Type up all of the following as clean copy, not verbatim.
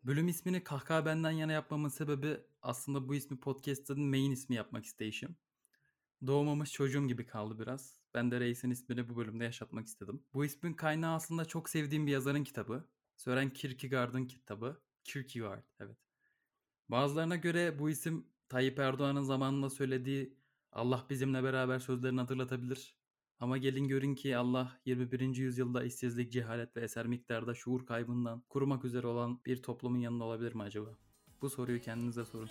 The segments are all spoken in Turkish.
Bölüm ismini Kahkaha Benden Yana yapmamın sebebi aslında bu ismi podcast'ın main ismi yapmak isteyişim. Doğmamış çocuğum gibi kaldı biraz. Ben de Reis'in ismini bu bölümde yaşatmak istedim. Bu ismin kaynağı aslında çok sevdiğim bir yazarın kitabı. Sören Kierkegaard'ın kitabı. Kierkegaard, evet. Bazılarına göre bu isim Tayyip Erdoğan'ın zamanında söylediği Allah bizimle beraber sözlerini hatırlatabilir. Ama gelin görün ki Allah 21. yüzyılda işsizlik, cehalet ve eser miktarda şuur kaybından kurumak üzere olan bir toplumun yanında olabilir mi acaba? Bu soruyu kendinize sorun.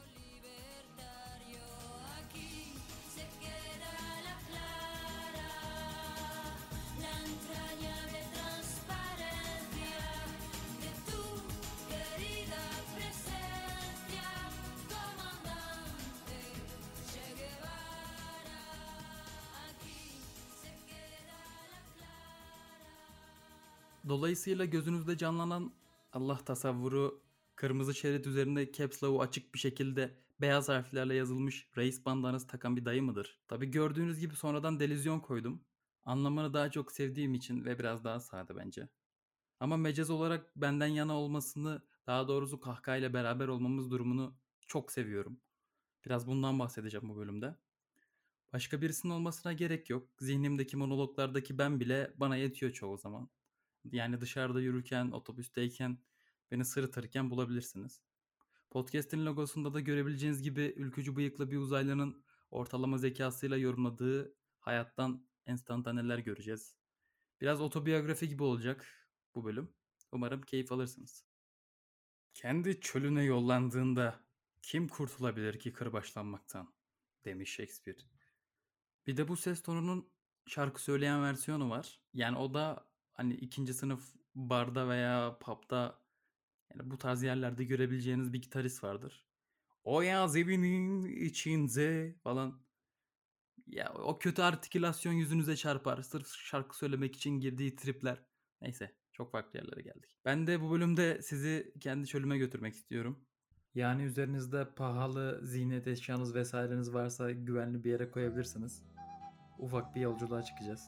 Dolayısıyla gözünüzde canlanan Allah tasavvuru kırmızı şerit üzerinde caps lock'u açık bir şekilde beyaz harflerle yazılmış reis bandanası takan bir dayı mıdır? Tabi gördüğünüz gibi sonradan delüzyon koydum. Anlamını daha çok sevdiğim için ve biraz daha sade bence. Ama mecaz olarak benden yana olmasını, daha doğrusu kahkahayla beraber olmamız durumunu çok seviyorum. Biraz bundan bahsedeceğim bu bölümde. Başka birisinin olmasına gerek yok. Zihnimdeki monologlardaki ben bile bana yetiyor çoğu zaman. Yani dışarıda yürürken, otobüsteyken, beni sırıtırken bulabilirsiniz. Podcast'in logosunda da görebileceğiniz gibi ülkücü bıyıklı bir uzaylının ortalama zekasıyla yorumladığı hayattan enstantaneler göreceğiz. Biraz otobiyografi gibi olacak bu bölüm. Umarım keyif alırsınız. Kendi çölüne yollandığında kim kurtulabilir ki kırbaçlanmaktan, demiş Shakespeare. Bir de bu ses tonunun şarkı söyleyen versiyonu var. Yani o da hani ikinci sınıf barda veya pub'da, yani bu tarz yerlerde görebileceğiniz bir gitarist vardır. O yaz evinin içinde falan. Ya o kötü artikülasyon yüzünüze çarpar. Sırf şarkı söylemek için girdiği tripler. Neyse, çok farklı yerlere geldik. Ben de bu bölümde sizi kendi çölüme götürmek istiyorum. Yani üzerinizde pahalı ziynet eşyanız vesaireniz varsa güvenli bir yere koyabilirsiniz. Ufak bir yolculuğa çıkacağız.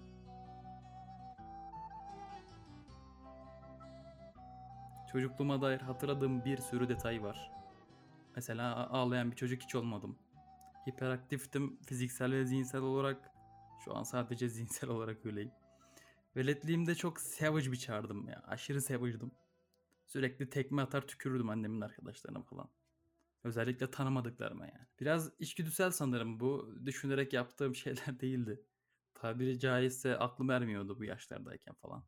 Çocukluğuma dair hatırladığım bir sürü detay var. Mesela ağlayan bir çocuk hiç olmadım. Hiperaktiftim fiziksel ve zihinsel olarak. Şu an sadece zihinsel olarak öyleyim. Veletliğimde çok savage bir çağırdım ya. Aşırı savage'dım. Sürekli tekme atar tükürürdüm annemin arkadaşlarına falan. Özellikle tanımadıklarıma yani. Biraz içgüdüsel sanırım bu. Düşünerek yaptığım şeyler değildi. Tabiri caizse aklım ermiyordu bu yaşlardayken falan.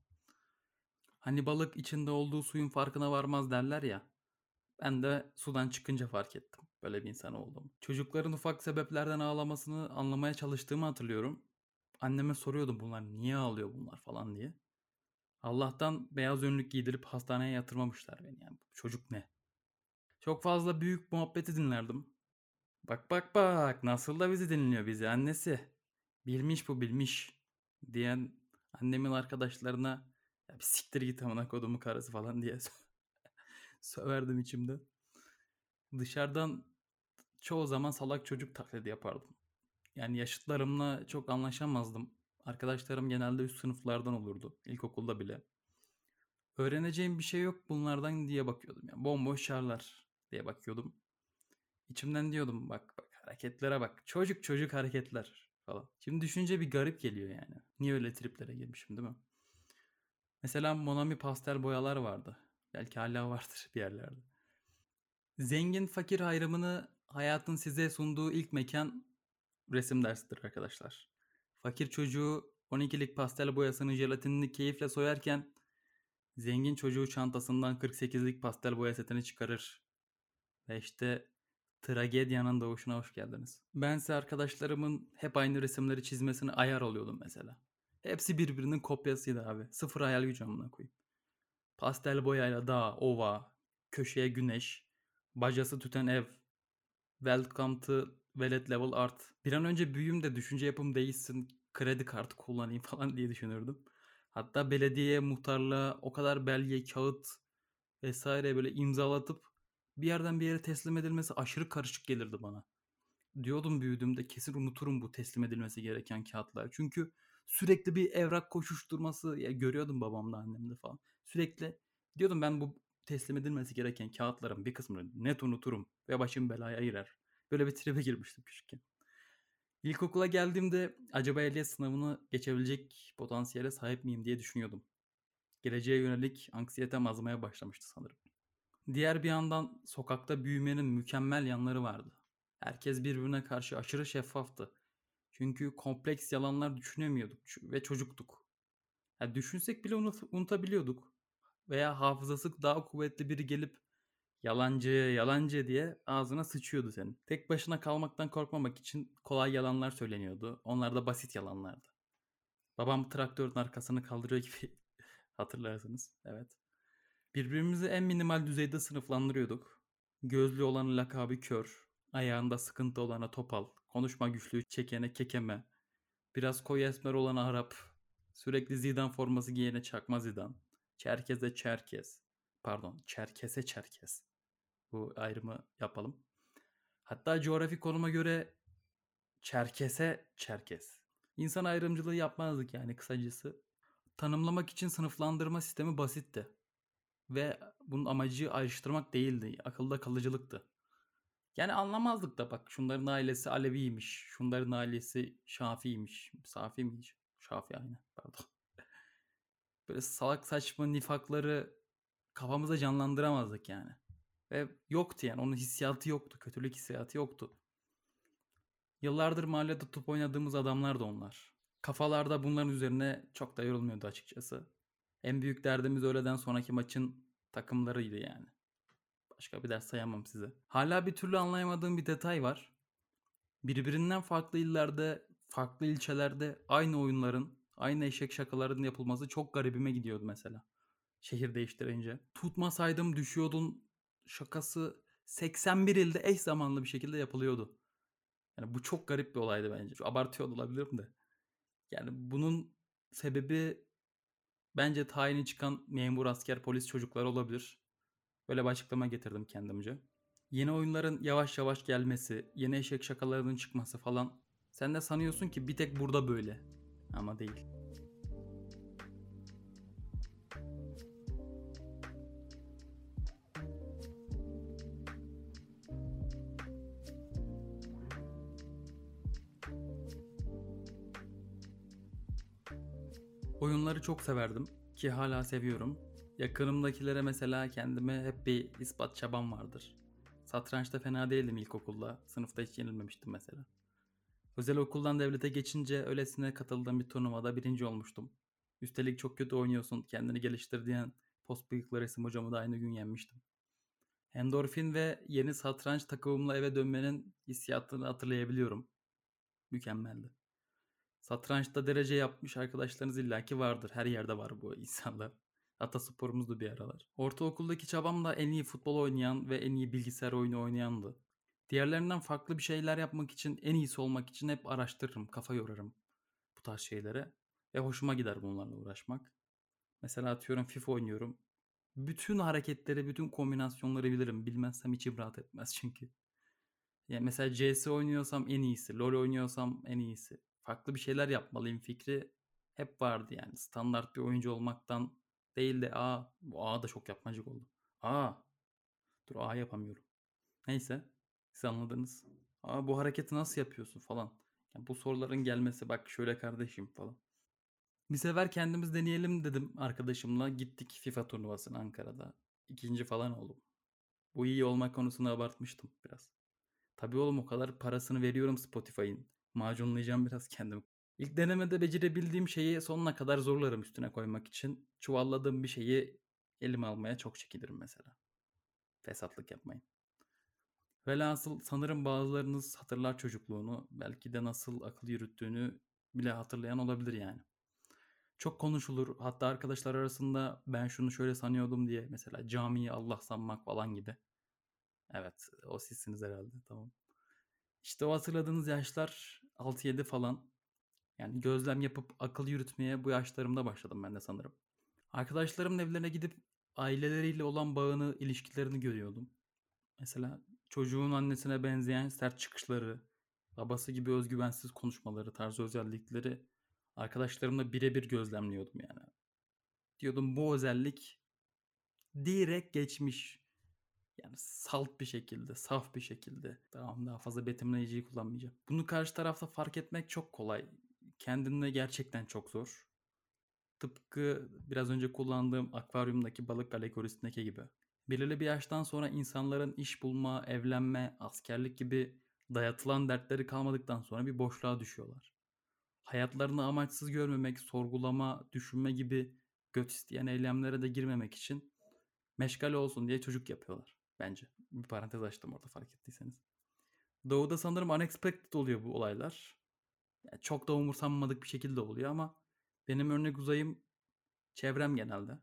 Hani balık içinde olduğu suyun farkına varmaz derler ya. Ben de sudan çıkınca fark ettim böyle bir insan olduğumu. Çocukların ufak sebeplerden ağlamasını anlamaya çalıştığımı hatırlıyorum. Anneme soruyordum bunlar niye ağlıyor bunlar falan diye. Allah'tan beyaz önlük giydirip hastaneye yatırmamışlar beni yani. Çocuk ne? Çok fazla büyük muhabbeti dinlerdim. Bak bak bak nasıl da bizi dinliyor bizi annesi. Bilmiş bu bilmiş diyen annemin arkadaşlarına ya bir siktir git amına kodumu karısı falan diye söverdim içimde. Dışarıdan çoğu zaman salak çocuk taklidi yapardım. Yani yaşıtlarımla çok anlaşamazdım. Arkadaşlarım genelde üst sınıflardan olurdu. İlkokulda bile. Öğreneceğim bir şey yok bunlardan diye bakıyordum. Yani bomboş şarlar diye bakıyordum. İçimden diyordum bak bak hareketlere bak. Çocuk çocuk hareketler falan. Şimdi düşünce bir garip geliyor yani. Niye öyle triplere girmişim değil mi? Mesela Monami pastel boyalar vardı. Belki hala vardır bir yerlerde. Zengin fakir ayrımını hayatın size sunduğu ilk mekan resim dersidir arkadaşlar. Fakir çocuğu 12'lik pastel boyasının jelatinini keyifle soyarken zengin çocuğu çantasından 48'lik pastel boya setini çıkarır. Ve işte tragedyanın doğuşuna hoş geldiniz. Bense arkadaşlarımın hep aynı resimleri çizmesine ayar oluyordum mesela. Hepsi birbirinin kopyasıydı abi. Sıfır hayal gücü amına koyayım. Pastel boyayla dağ, ova, köşeye güneş, bacası tüten ev, welcome to velet level art. Bir an önce büyüyeyim de düşünce yapım değişsin, kredi kartı kullanayım falan diye düşünürdüm. Hatta belediyeye, muhtarlığa o kadar belge, kağıt vesaire böyle imzalatıp bir yerden bir yere teslim edilmesi aşırı karışık gelirdi bana. Diyordum büyüdüğümde kesin unuturum bu teslim edilmesi gereken kağıtlar. Çünkü sürekli bir evrak koşuşturması ya görüyordum babamda annemde falan. Sürekli diyordum ben bu teslim edilmesi gereken kağıtların bir kısmını net unuturum ve başım belaya girer. Böyle bir tribe girmiştim küçükken. İlkokula geldiğimde acaba ehliyet sınavını geçebilecek potansiyele sahip miyim diye düşünüyordum. Geleceğe yönelik anksiyetem azmaya başlamıştı sanırım. Diğer bir yandan sokakta büyümenin mükemmel yanları vardı. Herkes birbirine karşı aşırı şeffaftı. Çünkü kompleks yalanlar düşünemiyorduk ve çocuktuk. Ya düşünsek bile unutabiliyorduk. Veya hafızası daha kuvvetli biri gelip yalancı yalancı diye ağzına sıçıyordu senin. Tek başına kalmaktan korkmamak için kolay yalanlar söyleniyordu. Onlar da basit yalanlardı. Babam traktörün arkasını kaldırıyor gibi hatırlarsınız. Evet. Birbirimizi en minimal düzeyde sınıflandırıyorduk. Gözlü olan lakabı kör, ayağında sıkıntı olana topal, konuşma güçlüğü çekene kekeme, biraz koyu esmer olana Arap, sürekli Zidane forması giyene çakma Zidane, Çerkeze Çerkez, pardon Çerkese Çerkez. Bu ayrımı yapalım. Hatta coğrafi konuma göre Çerkese Çerkez. İnsan ayrımcılığı yapmazdık yani kısacası. Tanımlamak için sınıflandırma sistemi basitti. Ve bunun amacı ayrıştırmak değildi. Akılda kalıcılıktı. Yani anlamazdık da bak şunların ailesi Aleviymiş. Şunların ailesi Şafi'ymiş. Safi miymiş? Şafi aynı. Pardon. Böyle salak saçma nifakları kafamıza canlandıramazdık yani. Ve yoktu yani. Onun hissiyatı yoktu. Kötülük hissiyatı yoktu. Yıllardır mahallede top oynadığımız adamlar da onlar. Kafalarda bunların üzerine çok da yorulmuyordu açıkçası. En büyük derdimiz öğleden sonraki maçın takımlarıydı yani. Başka bir ders sayamam size. Hala bir türlü anlayamadığım bir detay var. Birbirinden farklı illerde, farklı ilçelerde aynı oyunların, aynı eşek şakaların yapılması çok garibime gidiyordu mesela. Şehir değiştirince. Tutmasaydım düşüyordun şakası 81 ilde eş zamanlı bir şekilde yapılıyordu. Yani bu çok garip bir olaydı bence. Şu abartıyor olabilirim de. Yani bunun sebebi bence tayini çıkan memur, asker, polis çocukları olabilir. Böyle bir açıklama getirdim kendimce. Yeni oyunların yavaş yavaş gelmesi, yeni eşek şakalarının çıkması falan. Sen de sanıyorsun ki bir tek burada böyle. Ama değil. Oyunları çok severdim ki hala seviyorum. Yakınımdakilere mesela kendime hep bir ispat çabam vardır. Satrançta fena değildim ilkokulda. Sınıfta hiç yenilmemiştim mesela. Özel okuldan devlete geçince öylesine katıldığım bir turnuvada birinci olmuştum. Üstelik çok kötü oynuyorsun, kendini geliştir diyen post bıyıklı resim hocamı da aynı gün yenmiştim. Endorfin ve yeni satranç takımımla eve dönmenin hissiyatını hatırlayabiliyorum. Mükemmeldi. Satrançta derece yapmış arkadaşlarınız illaki vardır. Her yerde var bu insanlar. Atasporumuzdu bir aralar. Ortaokuldaki çabam da en iyi futbol oynayan ve en iyi bilgisayar oyunu oynayandı. Diğerlerinden farklı bir şeyler yapmak için, en iyisi olmak için hep araştırırım, kafa yorarım bu tarz şeylere. Ve hoşuma gider bunlarla uğraşmak. Mesela atıyorum FIFA oynuyorum. Bütün hareketleri, bütün kombinasyonları bilirim. Bilmezsem içim rahat etmez çünkü. Yani mesela CS oynuyorsam en iyisi, LoL oynuyorsam en iyisi. Farklı bir şeyler yapmalıyım fikri hep vardı yani. Standart bir oyuncu olmaktan değil de bu A da çok yapmacık oldu. A dur A yapamıyorum. Neyse siz anladınız. Bu hareketi nasıl yapıyorsun falan. Yani bu soruların gelmesi bak şöyle kardeşim falan. Bir sefer kendimiz deneyelim dedim arkadaşımla. Gittik FIFA turnuvasına Ankara'da. İkinci falan oldum. Bu iyi olma konusunu abartmıştım biraz. Tabii oğlum o kadar parasını veriyorum Spotify'ın. Macunlayacağım biraz kendimi. İlk denemede becerebildiğim şeyi sonuna kadar zorlarım üstüne koymak için. Çuvalladığım bir şeyi elime almaya çok çekilirim mesela. Fesatlık yapmayın. Velhasıl sanırım bazılarınız hatırlar çocukluğunu. Belki de nasıl akıl yürüttüğünü bile hatırlayan olabilir yani. Çok konuşulur. Hatta arkadaşlar arasında ben şunu şöyle sanıyordum diye mesela camiyi Allah sanmak falan gibi. Evet, o sizsiniz herhalde. Tamam. İşte o hatırladığınız yaşlar 6-7 falan. Yani gözlem yapıp akıl yürütmeye bu yaşlarımda başladım ben de sanırım. Arkadaşlarımın evlerine gidip aileleriyle olan bağını, ilişkilerini görüyordum. Mesela çocuğun annesine benzeyen sert çıkışları, babası gibi özgüvensiz konuşmaları tarzı özellikleri arkadaşlarımla birebir gözlemliyordum yani. Diyordum bu özellik direkt geçmiş. Yani salt bir şekilde, saf bir şekilde. Tamam, daha fazla betimleyiciyi kullanmayacağım. Bunu karşı tarafta fark etmek çok kolay. Kendinde gerçekten çok zor. Tıpkı biraz önce kullandığım akvaryumdaki balık alegorisindeki gibi. Belirli bir yaştan sonra insanların iş bulma, evlenme, askerlik gibi dayatılan dertleri kalmadıktan sonra bir boşluğa düşüyorlar. Hayatlarını amaçsız görmemek, sorgulama, düşünme gibi göt isteyen eylemlere de girmemek için meşgale olsun diye çocuk yapıyorlar bence. Bir parantez açtım orada fark ettiyseniz. Doğu'da sanırım unexpected oluyor bu olaylar. Yani çok da umursanmadık bir şekilde oluyor ama benim örnek uzayım çevrem genelde.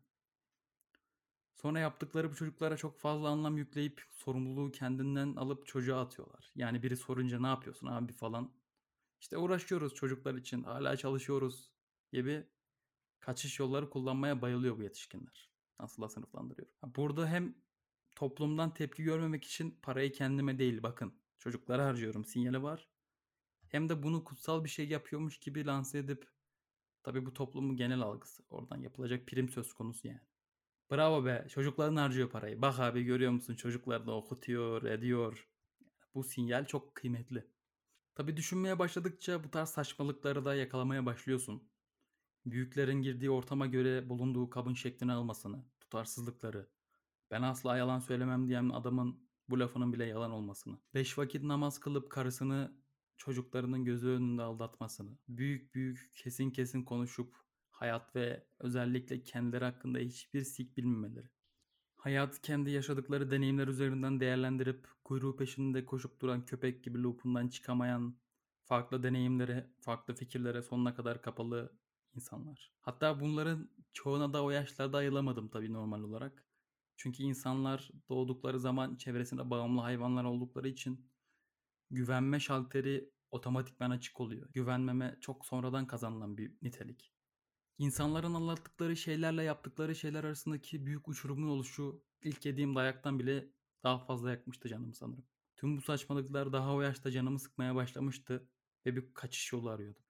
Sonra yaptıkları bu çocuklara çok fazla anlam yükleyip sorumluluğu kendinden alıp çocuğa atıyorlar. Yani biri sorunca ne yapıyorsun abi falan. İşte uğraşıyoruz çocuklar için, hala çalışıyoruz gibi kaçış yolları kullanmaya bayılıyor bu yetişkinler. Nasıl da sınıflandırıyorum. Burada hem toplumdan tepki görmemek için parayı kendime değil bakın çocuklara harcıyorum sinyali var. Hem de bunu kutsal bir şey yapıyormuş gibi lanse edip tabii bu toplumun genel algısı. Oradan yapılacak prim söz konusu yani. Bravo be çocukların harcıyor parayı. Bak abi görüyor musun çocuklarını okutuyor ediyor. Bu sinyal çok kıymetli. Tabii düşünmeye başladıkça bu tarz saçmalıkları da yakalamaya başlıyorsun. Büyüklerin girdiği ortama göre bulunduğu kabın şeklini almasını, tutarsızlıkları, ben asla yalan söylemem diyen adamın bu lafının bile yalan olmasını, 5 vakit namaz kılıp karısını çocuklarının gözü önünde aldatmasını, büyük büyük kesin kesin konuşup hayat ve özellikle kendileri hakkında hiçbir sik bilmemeleri. Hayatı kendi yaşadıkları deneyimler üzerinden değerlendirip kuyruğu peşinde koşup duran köpek gibi loopundan çıkamayan, farklı deneyimlere, farklı fikirlere sonuna kadar kapalı insanlar. Hatta bunların çoğuna da o yaşlarda ayılamadım tabii normal olarak. Çünkü insanlar doğdukları zaman çevresine bağımlı hayvanlar oldukları için güvenme şalteri otomatikman açık oluyor. Güvenmeme çok sonradan kazanılan bir nitelik. İnsanların anlattıkları şeylerle yaptıkları şeyler arasındaki büyük uçurumun oluşu ilk yediğim dayaktan bile daha fazla yakmıştı canımı sanırım. Tüm bu saçmalıklar daha o yaşta canımı sıkmaya başlamıştı ve bir kaçış yolu arıyordum.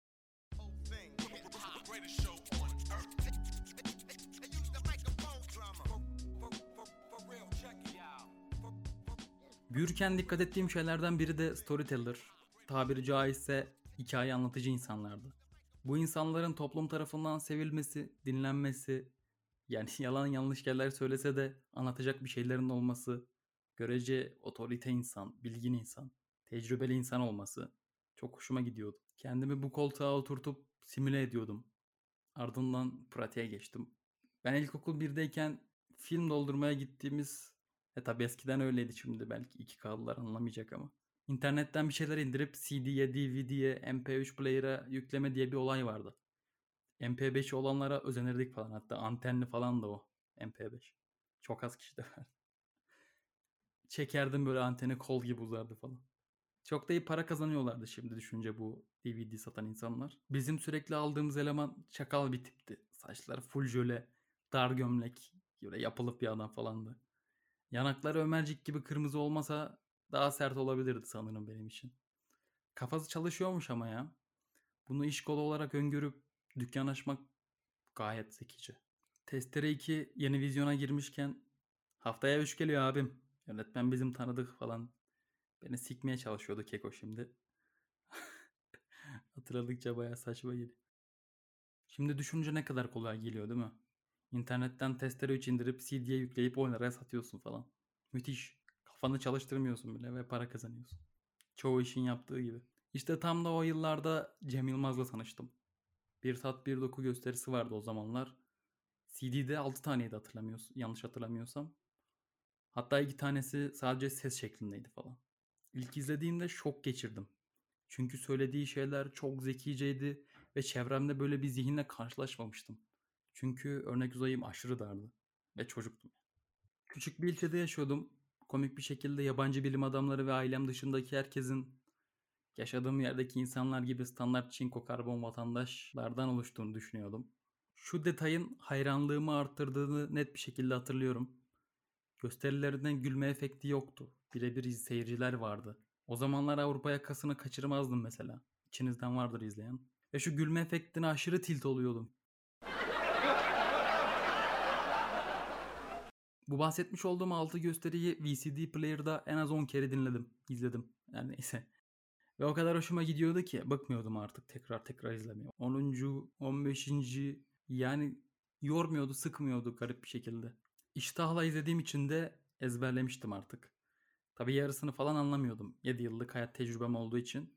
Büyürken dikkat ettiğim şeylerden biri de storyteller, tabiri caizse hikaye anlatıcı insanlardı. Bu insanların toplum tarafından sevilmesi, dinlenmesi, yani yalan yanlış şeyler söylese de anlatacak bir şeylerin olması, görece otorite insan, bilgin insan, tecrübeli insan olması çok hoşuma gidiyordu. Kendimi bu koltuğa oturtup simüle ediyordum. Ardından pratiğe geçtim. Ben ilkokul 1'deyken film doldurmaya gittiğimiz, tabi eskiden öyleydi şimdi belki 2K'lılar anlamayacak ama. İnternetten bir şeyler indirip CD'ye, DVD'ye, MP3 player'a yükleme diye bir olay vardı. MP5 olanlara özenirdik falan. Hatta antenli falan da o MP5. Çok az kişi de var. Çekerdim böyle anteni kol gibi uzardı falan. Çok da iyi para kazanıyorlardı şimdi düşünce bu DVD satan insanlar. Bizim sürekli aldığımız eleman çakal bir tipti. Saçları full jöle, dar gömlek, böyle yapılıp bir adam falandı. Yanakları Ömercik gibi kırmızı olmasa daha sert olabilirdi sanırım benim için. Kafası çalışıyormuş ama ya. Bunu iş kolu olarak öngörüp dükkan açmak gayet zekice. Testere 2 yeni vizyona girmişken haftaya 3 geliyor abim. Yönetmen bizim tanıdık falan. Beni sikmeye çalışıyordu Keko şimdi. Hatırladıkça bayağı saçma geliyor. Şimdi düşününce ne kadar kolay geliyor değil mi? İnternetten Testere 3 indirip CD'ye yükleyip oynaraya satıyorsun falan. Müthiş. Kafanı çalıştırmıyorsun bile ve para kazanıyorsun. Çoğu işin yaptığı gibi. İşte tam da o yıllarda Cem Yılmaz'la tanıştım. Bir Tat Bir Doku gösterisi vardı o zamanlar. CD'de 6 taneydi hatırlamıyorsun, yanlış hatırlamıyorsam. Hatta 2 tanesi sadece ses şeklindeydi falan. İlk izlediğimde şok geçirdim. Çünkü söylediği şeyler çok zekiceydi ve çevremde böyle bir zihinle karşılaşmamıştım. Çünkü örnek uzayım aşırı dardı ve çocuktum. Küçük bir ilçede yaşıyordum. Komik bir şekilde yabancı bilim adamları ve ailem dışındaki herkesin yaşadığım yerdeki insanlar gibi standart çinko karbon vatandaşlardan oluştuğunu düşünüyordum. Şu detayın hayranlığımı arttırdığını net bir şekilde hatırlıyorum. Gösterilerinden gülme efekti yoktu. Birebir seyirciler vardı. O zamanlar Avrupa yakasını kaçırmazdım mesela. İçinizden vardır izleyen. Ve şu gülme efektine aşırı tilt oluyordum. Bu bahsetmiş olduğum 6 gösteriyi VCD player'da en az 10 kere dinledim, izledim. Yani neyse. Ve o kadar hoşuma gidiyordu ki bıkmıyordum artık tekrar tekrar izlemeye. 10. 15. yani yormuyordu, sıkmıyordu garip bir şekilde. İştahla izlediğim için de ezberlemiştim artık. Tabii yarısını falan anlamıyordum. 7 yıllık hayat tecrübem olduğu için.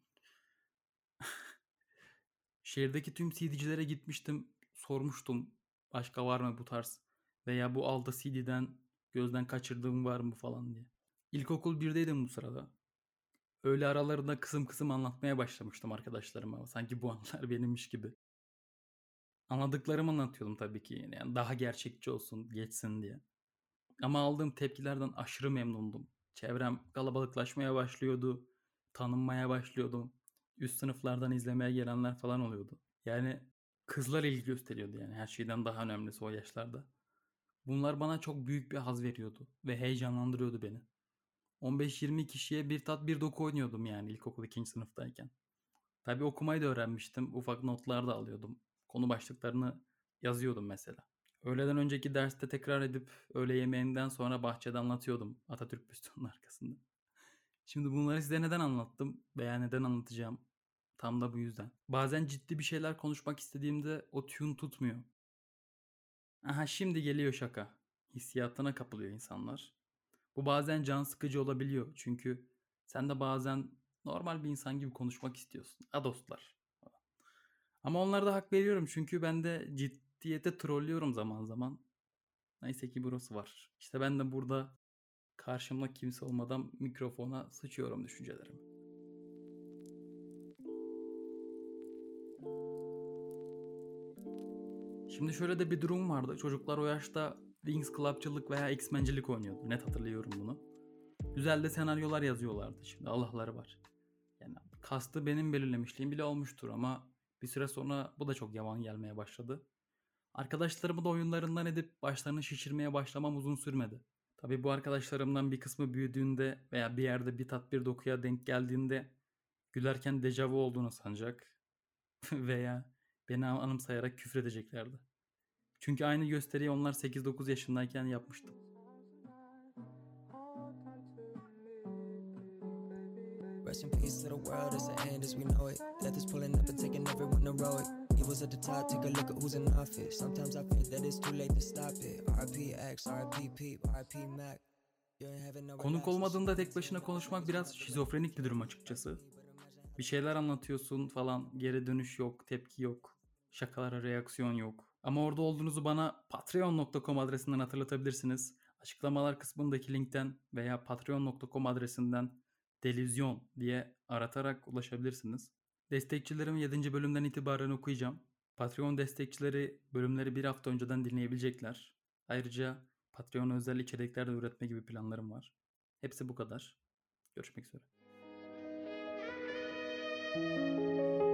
Şehirdeki tüm CD'cilere gitmiştim, sormuştum başka var mı bu tarz veya bu 6 CD'den gözden kaçırdığım var mı falan diye. İlkokul 1'deydim bu sırada. Öğle aralarında kısım kısım anlatmaya başlamıştım arkadaşlarıma. Sanki bu anılar benimmiş gibi. Anladıklarımı anlatıyordum tabii ki. Yani daha gerçekçi olsun, geçsin diye. Ama aldığım tepkilerden aşırı memnundum. Çevrem kalabalıklaşmaya başlıyordu. Tanınmaya başlıyordum. Üst sınıflardan izlemeye gelenler falan oluyordu. Yani kızlar ilgi gösteriyordu yani her şeyden daha önemlisi o yaşlarda. Bunlar bana çok büyük bir haz veriyordu ve heyecanlandırıyordu beni. 15-20 kişiye bir tat bir doku oynuyordum yani ilkokul 2. sınıftayken. Tabii okumayı da öğrenmiştim. Ufak notlar da alıyordum. Konu başlıklarını yazıyordum mesela. Öğleden önceki derste tekrar edip öğle yemeğinden sonra bahçede anlatıyordum Atatürk büstünün arkasında. Şimdi bunları size neden anlattım veya neden anlatacağım? Tam da bu yüzden. Bazen ciddi bir şeyler konuşmak istediğimde o tune tutmuyor. Aha şimdi geliyor şaka. Hissiyatına kapılıyor insanlar. Bu bazen can sıkıcı olabiliyor. Çünkü sen de bazen normal bir insan gibi konuşmak istiyorsun. A dostlar. Ama onlara da hak veriyorum. Çünkü ben de ciddiyete trollüyorum zaman zaman. Neyse ki burası var. İşte ben de burada karşımda kimse olmadan mikrofona sıçıyorum düşüncelerimi. Şimdi şöyle de bir durum vardı. Çocuklar o yaşta Wings Club'cılık veya X-Men'cilik oynuyordu. Net hatırlıyorum bunu. Güzel de senaryolar yazıyorlardı. Şimdi Allah'ları var. Yani kastı benim belirlemişliğim bile olmuştur ama bir süre sonra bu da çok yavan gelmeye başladı. Arkadaşlarımı da oyunlarından edip başlarını şişirmeye başlamam uzun sürmedi. Tabii bu arkadaşlarımdan bir kısmı büyüdüğünde veya bir yerde bir tat bir dokuya denk geldiğinde gülerken dejavu olduğunu sanacak veya beni anımsayarak küfredeceklerdi. Çünkü aynı gösteriyi onlar 8-9 yaşındayken yapmıştım. Rest in peace to the world, it's the end as we know it. Death is pulling up and taking everyone to row it. Evils at the top, take a look at who's in office. Sometimes I fear that it's too late to stop it. R.I.P. X, R.I.P. Peep, R.I.P. Mac. Konuk olmadığında tek başına konuşmak biraz şizofrenik bir durum açıkçası. Bir şeyler anlatıyorsun falan, geri dönüş yok, tepki yok, şakalara reaksiyon yok. Ama orada olduğunuzu bana patreon.com adresinden hatırlatabilirsiniz. Açıklamalar kısmındaki linkten veya patreon.com adresinden delüzyon diye aratarak ulaşabilirsiniz. Destekçilerimi 7. bölümden itibaren okuyacağım. Patreon destekçileri bölümleri bir hafta önceden dinleyebilecekler. Ayrıca Patreon özel içerikler de üretme gibi planlarım var. Hepsi bu kadar. Görüşmek üzere.